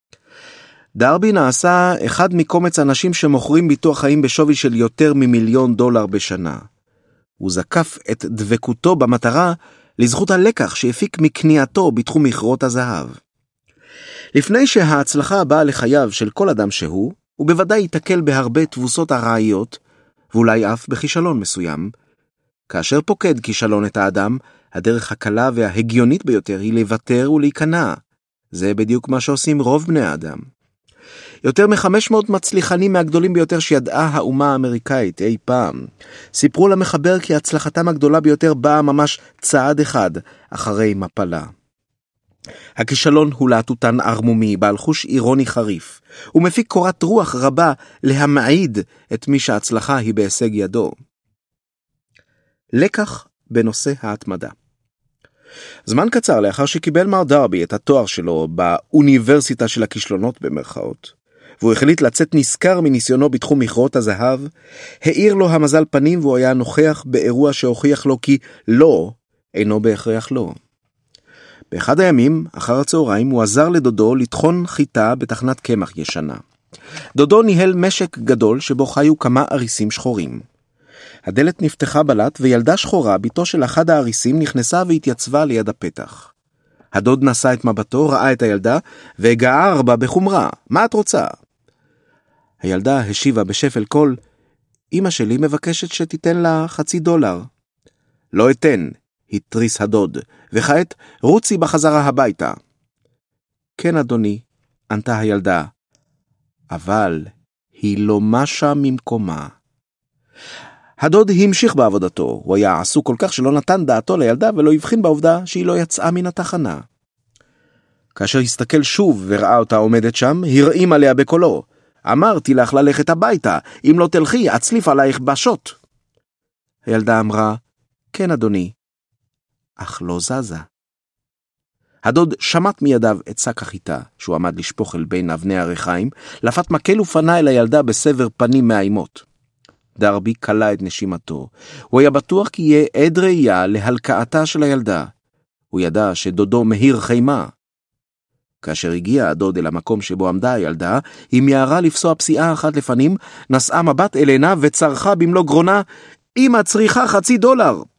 דרבי נעשה אחד מקומץ אנשים שמוכרים ביטוח חיים בשווי של יותר מ$1,000,000 בשנה. הוא זקף את דבקותו במטרה לזכות הלקח שהפיק מקנייתו בתחום מכרות הזהב. לפני שההצלחה באה לחייו של כל אדם שהוא, הוא בוודאי יתקל בהרבה תבוסות הרעיות, ואולי אף בכישלון מסוים. כאשר פוקד כישלון את האדם, הדרך הקלה וההגיונית ביותר היא לוותר ולהיכנע. זה בדיוק מה שעושים רוב בני האדם. יותר מ-500 מצליחנים מהגדולים ביותר שידעה האומה האמריקאית אי פעם, סיפרו למחבר כי הצלחתם הגדולה ביותר באה ממש צעד אחד אחרי מפלה. הכישלון הוא להטוטן ערמומי, בעל חוש אירוני חריף, ומפיק קורת רוח רבה להמעיד את מי שההצלחה היא בהישג ידו. לקח בנושא ההתמדה. זמן קצר לאחר שקיבל מר דרבי את התואר שלו באוניברסיטה של הכישלונות במרכאות, והוא החליט לצאת נזכר מניסיונו בתחום מכרות הזהב, העיר לו המזל פנים והוא היה נוכח באירוע שהוכיח לו כי לא אינו בהכרח לא. באחד הימים, אחר הצהריים, הוא עזר לדודו לטחון חיטה בתחנת קמח ישנה. דודו ניהל משק גדול שבו חיו כמה אריסים שחורים. הדלת נפתחה בלט וילדה שחורה, ביתו של אחד האריסים, נכנסה והתייצבה ליד הפתח. הדוד נשא את מבטו, ראה את הילדה והגער בה בחומרה. מה את רוצה? הילדה השיבה בשפל קול, אמא שלי מבקשת שתיתן לה $0.50. לא אתן, התריס הדוד, וכעת רוצי בחזרה הביתה. כן אדוני, ענתה הילדה, אבל היא לא משה ממקומה. הדוד המשיך בעבודתו, הוא היה עסוק כל כך שלא נתן דעתו לילדה ולא הבחין בעובדה שהיא לא יצאה מן התחנה. כאשר הסתכל שוב וראה אותה עומדת שם, הרעים עליה בקולו, אמרתי לך ללכת הביתה, אם לא תלכי אצליף עלייך בשוט. הילדה אמרה, כן אדוני, אך לא זזה. הדוד שמט מידיו את שק החיטה, שהוא עמד לשפוך אל בין אבני הרחיים, לפת מקל ופנה אל הילדה בסבר פנים מאיימות. דרבי קלה את נשימתו. הוא היה בטוח כי יהיה עד ראייה להלקאתה של הילדה. הוא ידע שדודו מהיר חימה. כאשר הגיע הדוד אל המקום שבו עמדה הילדה, היא מיהרה לפסוע פסיעה אחת לפנים, נשאה מבט אל עיניו וצרחה במלוא גרונה, אמא צריכה $0.50.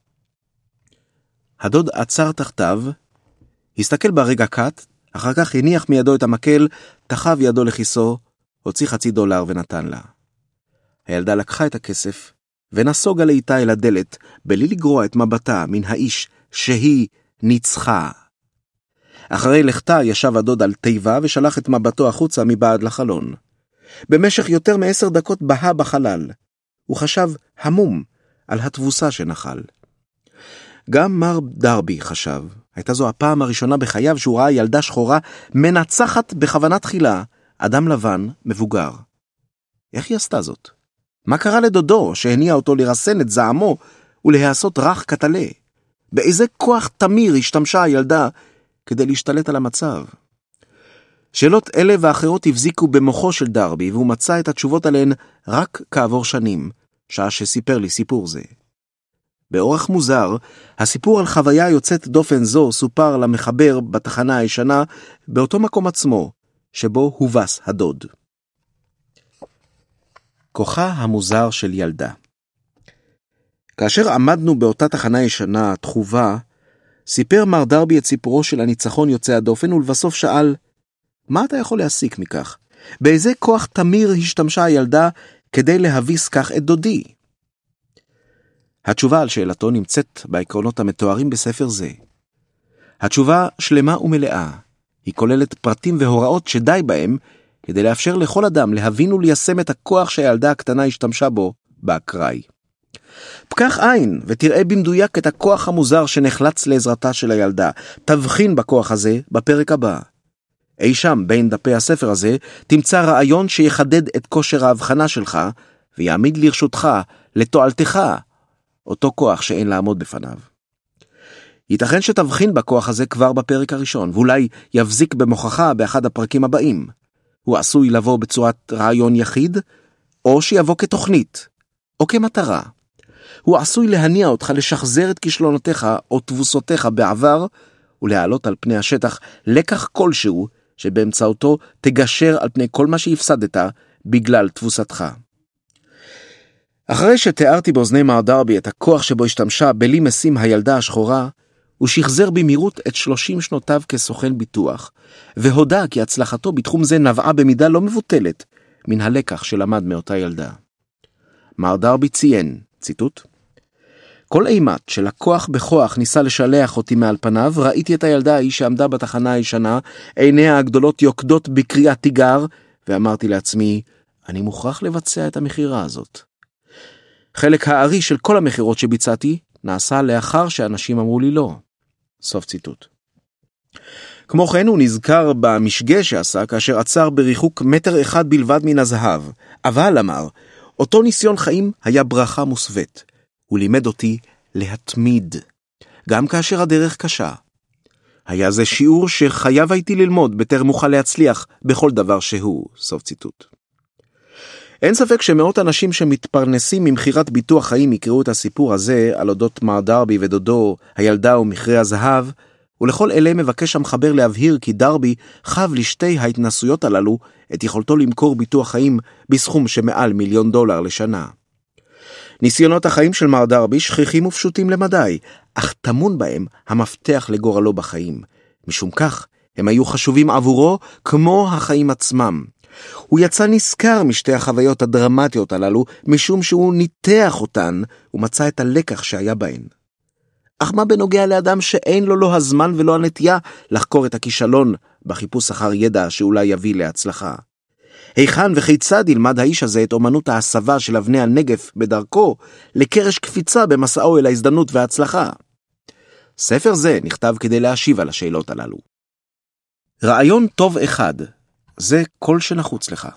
הדוד עצר תחתיו, הסתכל ברגע קט, אחר כך הניח מידו את המקל, תחב ידו לכיסו, הוציא $0.50 ונתן לה. הילדה לקחה את הכסף ונסוגה לאיתה אל הדלת, בלי לגרוע את מבטה מן האיש שהיא ניצחה. אחרי לכתה ישב הדוד על תיבה ושלח את מבטו החוצה מבעד לחלון. במשך יותר מ10 דקות בהה בחלל. הוא חשב המום על התבוסה שנחל. גם מר דרבי חשב. הייתה זו הפעם הראשונה בחייו שהוא ראה ילדה שחורה מנצחת בכוונה תחילה אדם לבן מבוגר. איך היא עשתה זאת? מה קרה לדודו שהניע אותו לרסן את זעמו ולהעשות רך קטלה? באיזה כוח תמיר השתמשה הילדה כדי להשתלט על המצב? שאלות אלה ואחרות הבזיקו במוחו של דרבי, והוא מצא את התשובות עליהן רק כעבור שנים, שעה שסיפר לי סיפור זה. באורח מוזר, הסיפור על חוויה יוצאת דופן זו סופר למחבר בתחנה הישנה, באותו מקום עצמו, שבו הובס הדוד. כוחה המוזר של ילדה. כאשר עמדנו באותה תחנה ישנה, תחובה, סיפר מר דרבי את סיפורו של הניצחון יוצא הדופן, ולבסוף שאל, מה אתה יכול להסיק מכך? באיזה כוח תמיר השתמשה הילדה כדי להביס כך את דודי? התשובה על שאלתו נמצאת בעקרונות המתוארים בספר זה. התשובה שלמה ומלאה. היא כוללת פרטים והוראות שדי בהם כדי לאפשר לכל אדם להבין וליישם את הכוח שהילדה הקטנה השתמשה בו באקראי. פקח עין ותראה במדויק את הכוח המוזר שנחלץ לעזרתה של הילדה. תבחין בכוח הזה בפרק הבא. אי שם בין דפי הספר הזה תמצא רעיון שיחדד את כושר ההבחנה שלך ויעמיד לרשותך, לתועלתך, אותו כוח שאין לעמוד בפניו. ייתכן שתבחין בכוח הזה כבר בפרק הראשון, ואולי יבזיק במוחך באחד הפרקים הבאים. הוא עשוי לבוא בצורת רעיון יחיד, או שיבוא כתוכנית, או כמטרה. הוא עשוי להניע אותך לשחזר את כישלונותיך או תבוסותיך בעבר, ולהעלות על פני השטח לקח כלשהו, שבאמצעותו תגשר על פני כל מה שהפסדת בגלל תבוסתך. אחרי שתיארתי באוזני מר דרבי את הכוח שבו השתמשה בלי משים הילדה השחורה, הוא שחזר במהירות את 30 שנותיו כסוכן ביטוח, והודע כי הצלחתו בתחום זה נבעה במידה לא מבוטלת מן הלקח שלמד מאותה ילדה. מר דרבי ציין, ציטוט, כל אימת שלקוח בכוח ניסה לשלח אותי מעל פניו, ראיתי את הילדה ההיא שעמדה בתחנה הישנה, עיניה הגדולות יוקדות בקריאת תיגר, ואמרתי לעצמי, אני מוכרח לבצע את המחירה הזאת. חלק הארי של כל המחירות שביצעתי נעשה לאחר שאנשים אמרו לי לא. סוף ציטוט. כמו כן הוא נזכר במשגה שעשה כאשר עצר בריחוק 1 מטר בלבד מן הזהב. אבל אמר, אותו ניסיון חיים היה ברכה מוסווית. הוא לימד אותי להתמיד, גם כאשר הדרך קשה. היה זה שיעור שחייב הייתי ללמוד בטרם אוכל להצליח בכל דבר שהוא. סוף ציטוט. אין ספק שמאות אנשים שמתפרנסים ממחירת ביטוח חיים יקראו את הסיפור הזה על אודות מר דרבי ודודו, הילדה ומכרי הזהב, ולכל אלה מבקש המחבר להבהיר כי דרבי חב לשתי ההתנסויות הללו את יכולתו למכור ביטוח חיים בסכום שמעל $1,000,000 לשנה. ניסיונות החיים של מר דרבי שכיחים ופשוטים למדי, אך טמון בהם המפתח לגורלו בחיים. משום כך, הם היו חשובים עבורו כמו החיים עצמם. הוא יצא נזכר משתי החוויות הדרמטיות הללו, משום שהוא ניתח אותן ומצא את הלקח שהיה בהן. אך מה בנוגע לאדם שאין לו לא הזמן ולא הנטייה לחקור את הכישלון בחיפוש אחר ידע שאולי יביא להצלחה? היכן וכיצד ילמד האיש הזה את אומנות ההסבה של אבני הנגף בדרכו לקרש קפיצה במסעו אל ההזדמנות וההצלחה? ספר זה נכתב כדי להשיב על השאלות הללו. רעיון טוב אחד, זה כל שנחוץ לך.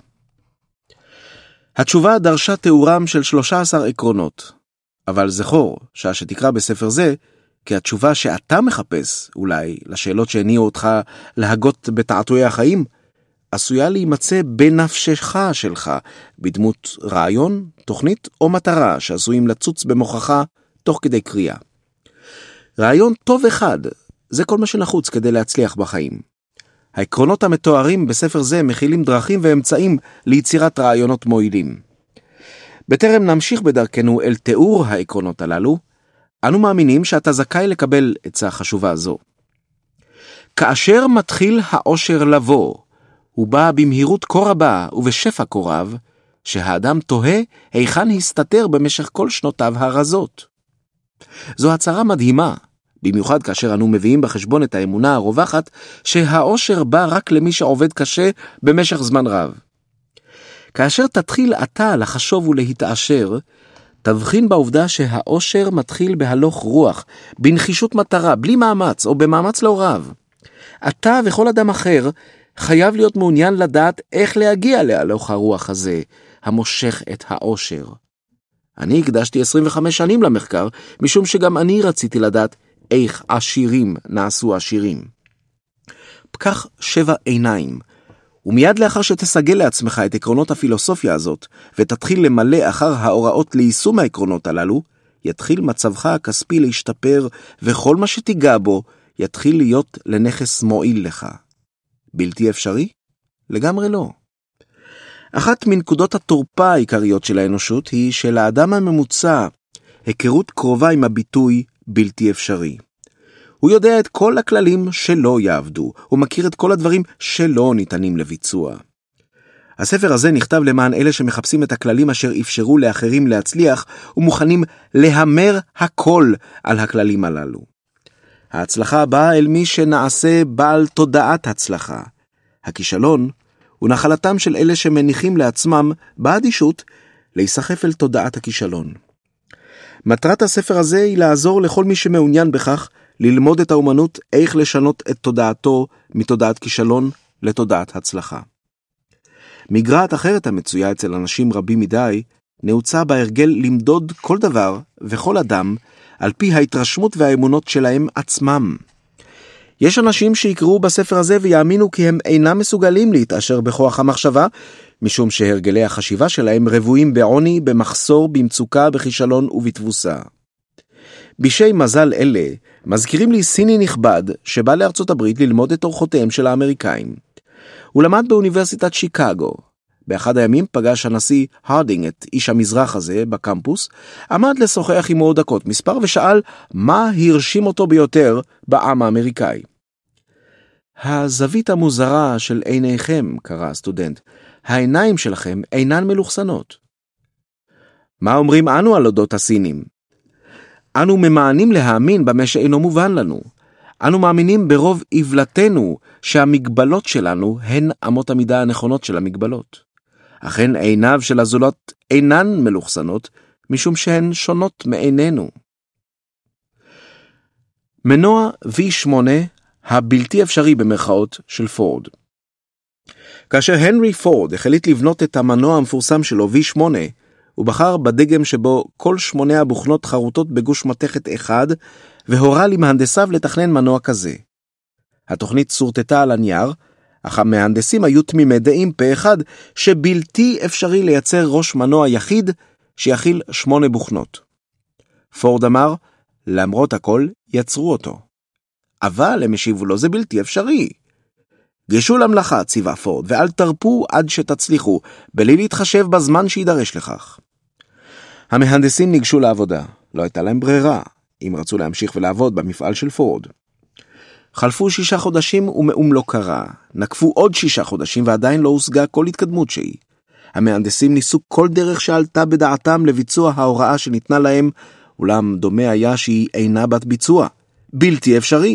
התשובה דרשה תיאורם של 13 עקרונות, אבל זכור שתקרא בספר זה, כי התשובה שאתה מחפש, אולי, לשאלות שהניעו אותך להגות בתעתועי החיים, עשויה להימצא בנפשך שלך, בדמות רעיון, תוכנית או מטרה שעשויים לצוץ במוחך תוך כדי קריאה. רעיון טוב אחד, זה כל מה שנחוץ כדי להצליח בחיים. העקרונות המתוארים בספר זה מכילים דרכים ואמצעים ליצירת רעיונות מועילים. בטרם נמשיך בדרכנו אל תיאור העקרונות הללו, אנו מאמינים שאתה זכאי לקבל עצה חשובה זו. כאשר מתחיל האושר לבוא, הוא בא במהירות כה רבה ובשפע כה רב, שהאדם תוהה היכן הסתתר במשך כל שנותיו הרזות. זו הצהרה מדהימה, במיוחד כאשר אנו מביאים בחשבון את האמונה הרווחת שהאושר בא רק למי שעובד קשה במשך זמן רב. כאשר תתחיל אתה לחשוב ולהתעשר, תבחין בעובדה שהאושר מתחיל בהלוך רוח, בנחישות מטרה, בלי מאמץ או במאמץ לא רב. אתה וכל אדם אחר חייב להיות מעוניין לדעת איך להגיע להלוך הרוח הזה, המושך את האושר. אני הקדשתי 25 שנים למחקר, משום שגם אני רציתי לדעת איך עשירים נעשו עשירים. פקח 7 עיניים, ומיד לאחר שתסגל לעצמך את עקרונות הפילוסופיה הזאת, ותתחיל למלא אחר ההוראות ליישום העקרונות הללו, יתחיל מצבך הכספי להשתפר, וכל מה שתיגע בו יתחיל להיות לנכס מועיל לך. בלתי אפשרי? לגמרי לא. אחת מנקודות התורפה העיקריות של האנושות היא שלאדם הממוצע היכרות קרובה עם הביטוי בלתי אפשרי. הוא יודע את כל הכללים שלא יעבדו, הוא מכיר את כל הדברים שלא ניתנים לביצוע. הספר הזה נכתב למען אלה שמחפשים את הכללים אשר אפשרו לאחרים להצליח ומוכנים להמר הכל על הכללים הללו. ההצלחה באה אל מי שנעשה בעל תודעת הצלחה. הכישלון הוא נחלתם של אלה שמניחים לעצמם באדישות להיסחף אל תודעת הכישלון. מטרת הספר הזה היא לעזור לכל מי שמעוניין בכך ללמוד את האומנות איך לשנות את תודעתו מתודעת כישלון לתודעת הצלחה. מגרעת אחרת המצויה אצל אנשים רבים מדי נעוצה בהרגל למדוד כל דבר וכל אדם על פי ההתרשמות והאמונות שלהם עצמם. יש אנשים שיקראו בספר הזה ויאמינו כי הם אינם מסוגלים להתעשר בכוח המחשבה, משום שהרגלי החשיבה שלהם רבועים בעוני, במחסור, במצוקה, בכישלון ובתבוסה. בישי מזל אלה מזכירים לי סיני נכבד שבא לארצות הברית ללמוד את אורחותיהם של האמריקאים. הוא למד באוניברסיטת שיקגו. באחד הימים פגש הנשיא הרדינג את איש המזרח הזה בקמפוס, עמד לשוחח עמו דקות מספר ושאל מה הרשים אותו ביותר בעם האמריקאי. הזווית המוזרה של עיניכם, קרא הסטודנט, העיניים שלכם אינן מלוכסנות. מה אומרים אנו על אודות הסינים? אנו ממאנים להאמין במה שאינו מובן לנו. אנו מאמינים ברוב עבלתנו שהמגבלות שלנו הן אמות המידה הנכונות של המגבלות. אכן עיניו של הזולת אינן מלוכסנות, משום שהן שונות מעינינו. מנוע V8 הבלתי אפשרי במרכאות של פורד. כאשר הנרי פורד החליט לבנות את המנוע המפורסם שלו V8, הוא בחר בדגם שבו כל 8 הבוכנות חרוטות בגוש מתכת אחד, והורה למהנדסיו לתכנן מנוע כזה. התוכנית סורטטה על הנייר, אך המהנדסים היו תמימי דעים פה אחד שבלתי אפשרי לייצר ראש מנוע יחיד שיכיל 8 בוכנות. פורד אמר, למרות הכל יצרו אותו. אבל הם השיבו לו, זה בלתי אפשרי. גשו למלאכה, ציווה פורד, ואל תרפו עד שתצליחו, בלי להתחשב בזמן שידרש לכך. המהנדסים ניגשו לעבודה. לא הייתה להם ברירה, אם רצו להמשיך ולעבוד במפעל של פורד. חלפו 6 חודשים ומאום לא קרה. נקפו עוד 6 חודשים ועדיין לא הושגה כל התקדמות שהיא. המהנדסים ניסו כל דרך שעלתה בדעתם לביצוע ההוראה שניתנה להם, אולם דומה היה שהיא אינה בת ביצוע. בלתי אפשרי.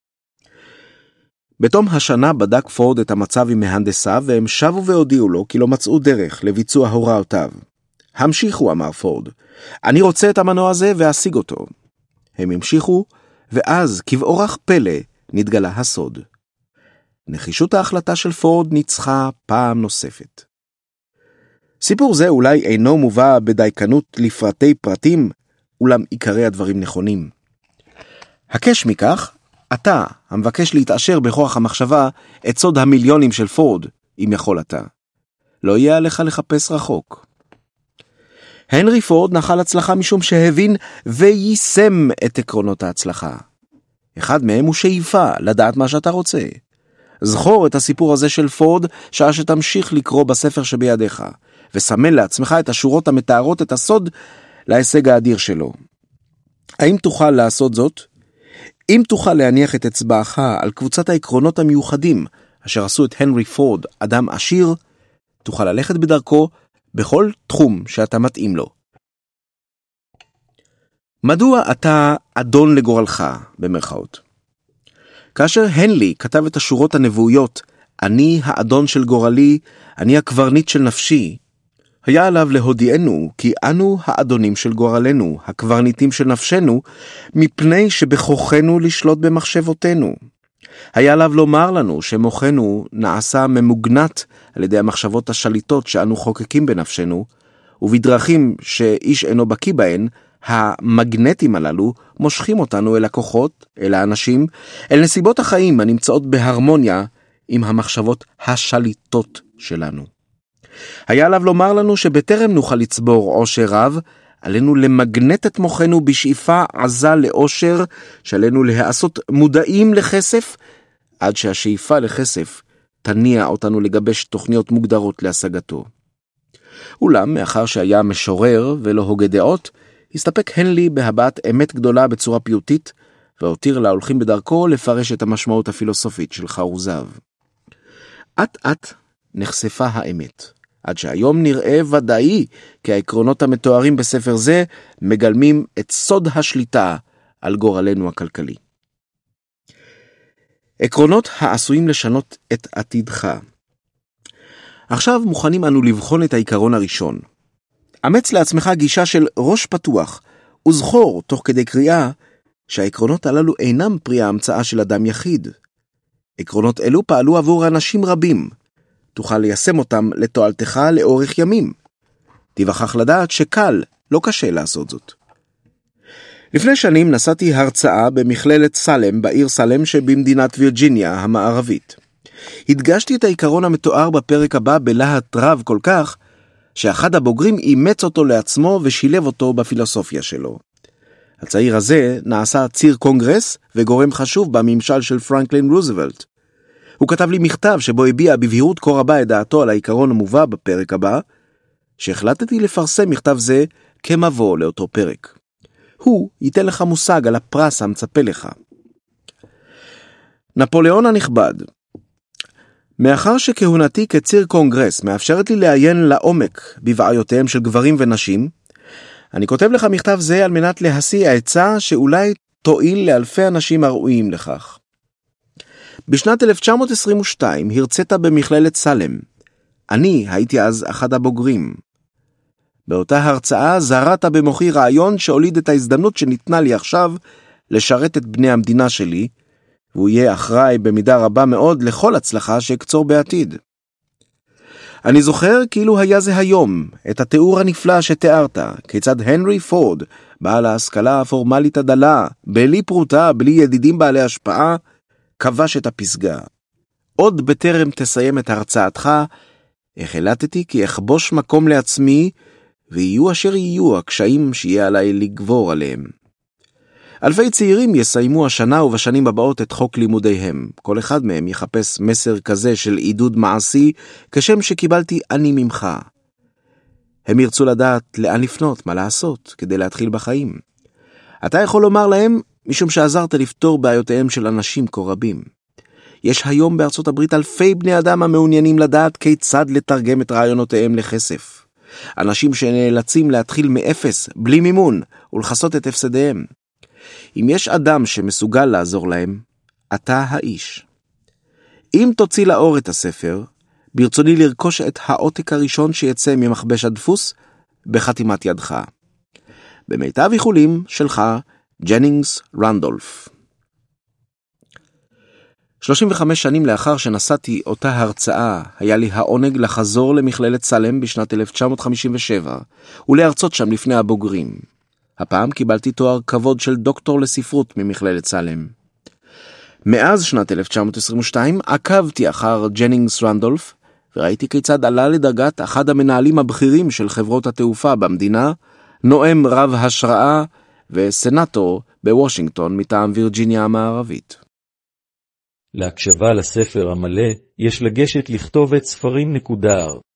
בתום השנה בדק פורד את המצב עם מהנדסיו, והם שבו והודיעו לו כי לא מצאו דרך לביצוע הוראותיו. המשיכו, אמר פורד. אני רוצה את המנוע הזה ואשיג אותו. הם המשיכו, ואז כבאורח פלא נתגלה הסוד. נחישות ההחלטה של פורד ניצחה פעם נוספת. סיפור זה אולי אינו מובא בדייקנות לפרטי פרטים, אולם עיקרי הדברים נכונים. הקש מכך, אתה המבקש להתעשר בכוח המחשבה את סוד המיליונים של פורד, אם יכול אתה. לא יהיה עליך לחפש רחוק. הנרי פורד נחל הצלחה משום שהבין ויישם את עקרונות ההצלחה. אחד מהם הוא שאיפה לדעת מה שאתה רוצה. זכור את הסיפור הזה של פורד שעה שתמשיך לקרוא בספר שבידיך, וסמן לעצמך את השורות המתארות את הסוד להישג האדיר שלו. האם תוכל לעשות זאת? אם תוכל להניח את אצבעך על קבוצת העקרונות המיוחדים אשר עשו את הנרי פורד אדם עשיר, תוכל ללכת בדרכו בכל תחום שאתה מתאים לו. מדוע אתה אדון לגורלך, במרכאות? כאשר הנלי כתב את השורות הנבואיות, אני האדון של גורלי, אני הקברניט של נפשי, היה עליו להודיענו כי אנו האדונים של גורלנו, הקברניטים של נפשנו, מפני שבכוחנו לשלוט במחשבותינו. היה עליו לומר לנו שמוחנו נעשה ממוגנת על ידי המחשבות השליטות שאנו חוקקים בנפשנו, ובדרכים שאיש אינו בקיא בהן, המגנטים הללו מושכים אותנו אל הכוחות, אל האנשים, אל נסיבות החיים הנמצאות בהרמוניה עם המחשבות השליטות שלנו. היה עליו לומר לנו שבטרם נוכל לצבור עושר רב, עלינו למגנט את מוחנו בשאיפה עזה לעושר, שעלינו להעשות מודעים לכסף, עד שהשאיפה לכסף תניע אותנו לגבש תוכניות מוגדרות להשגתו. אולם, מאחר שהיה משורר ולא הוגה דעות, הסתפק הנלי בהבעת אמת גדולה בצורה פיוטית, והותיר להולכים בדרכו לפרש את המשמעות הפילוסופית של חרוזיו. אט אט נחשפה האמת, עד שהיום נראה ודאי כי העקרונות המתוארים בספר זה מגלמים את סוד השליטה על גורלנו הכלכלי. עקרונות העשויים לשנות את עתידך. עכשיו מוכנים אנו לבחון את העיקרון הראשון. אמץ לעצמך גישה של ראש פתוח, וזכור תוך כדי קריאה שהעקרונות הללו אינם פרי ההמצאה של אדם יחיד. עקרונות אלו פעלו עבור אנשים רבים. תוכל ליישם אותם לתועלתך לאורך ימים. תיווכח לדעת שקל, לא קשה לעשות זאת. לפני שנים נסעתי הרצאה במכללת סלם בעיר סלם שבמדינת וירג'יניה המערבית. הדגשתי את העיקרון המתואר בפרק הבא בלהט רב כל כך, שאחד הבוגרים אימץ אותו לעצמו ושילב אותו בפילוסופיה שלו. הצעיר הזה נעשה ציר קונגרס וגורם חשוב בממשל של פרנקלין רוזוולט. הוא כתב לי מכתב שבו הביע בבהירות כה רבה את דעתו על העיקרון המובא בפרק הבא, שהחלטתי לפרסם מכתב זה כמבוא לאותו פרק. הוא ייתן לך מושג על הפרס המצפה לך. נפוליאון הנכבד. מאחר שכהונתי כציר קונגרס מאפשרת לי לעיין לעומק בבעיותיהם של גברים ונשים, אני כותב לך מכתב זה על מנת להשיא עצה שאולי תועיל לאלפי אנשים הראויים לכך. בשנת 1922 הרצית במכללת סלם. אני הייתי אז אחד הבוגרים. באותה הרצאה זרעת במוחי רעיון שהוליד את ההזדמנות שניתנה לי עכשיו לשרת את בני המדינה שלי, והוא יהיה אחראי במידה רבה מאוד לכל הצלחה שיקצור בעתיד. אני זוכר כאילו היה זה היום, את התיאור הנפלא שתיארת, כיצד הנרי פורד, בעל ההשכלה הפורמלית הדלה, בלי פרוטה, בלי ידידים בעלי השפעה, כבש את הפסגה. עוד בטרם תסיים את הרצאתך, החלטתי כי אכבוש מקום לעצמי, ויהיו אשר יהיו הקשיים שיהיה עליי לגבור עליהם. אלפי צעירים יסיימו השנה ובשנים הבאות את חוק לימודיהם. כל אחד מהם יחפש מסר כזה של עידוד מעשי, כשם שקיבלתי אני ממך. הם ירצו לדעת לאן לפנות, מה לעשות, כדי להתחיל בחיים. אתה יכול לומר להם, משום שעזרת לפתור בעיותיהם של אנשים כה רבים. יש היום בארצות הברית אלפי בני אדם המעוניינים לדעת כיצד לתרגם את רעיונותיהם לכסף. אנשים שנאלצים להתחיל מאפס, בלי מימון, ולחסות את הפסדיהם. אם יש אדם שמסוגל לעזור להם, אתה האיש. אם תוציא לאור את הספר, ברצוני לרכוש את העותק הראשון שיצא ממחבש הדפוס בחתימת ידך. במיטב איחולים שלך, ג'נינגס רנדולף. 35 שנים לאחר שנסעתי אותה הרצאה, היה לי העונג לחזור למכללת סלם בשנת 1957, ולהרצות שם לפני הבוגרים. הפעם קיבלתי תואר כבוד של דוקטור לספרות ממכללת סלם. מאז שנת 1922 עקבתי אחר ג'נינגס רנדולף, וראיתי כיצד עלה לדרגת אחד המנהלים הבכירים של חברות התעופה במדינה, נואם רב השראה וסנטור בוושינגטון מטעם וירג'יניה המערבית. להקשבה לספר המלא יש לגשת לכתובת ספרים.r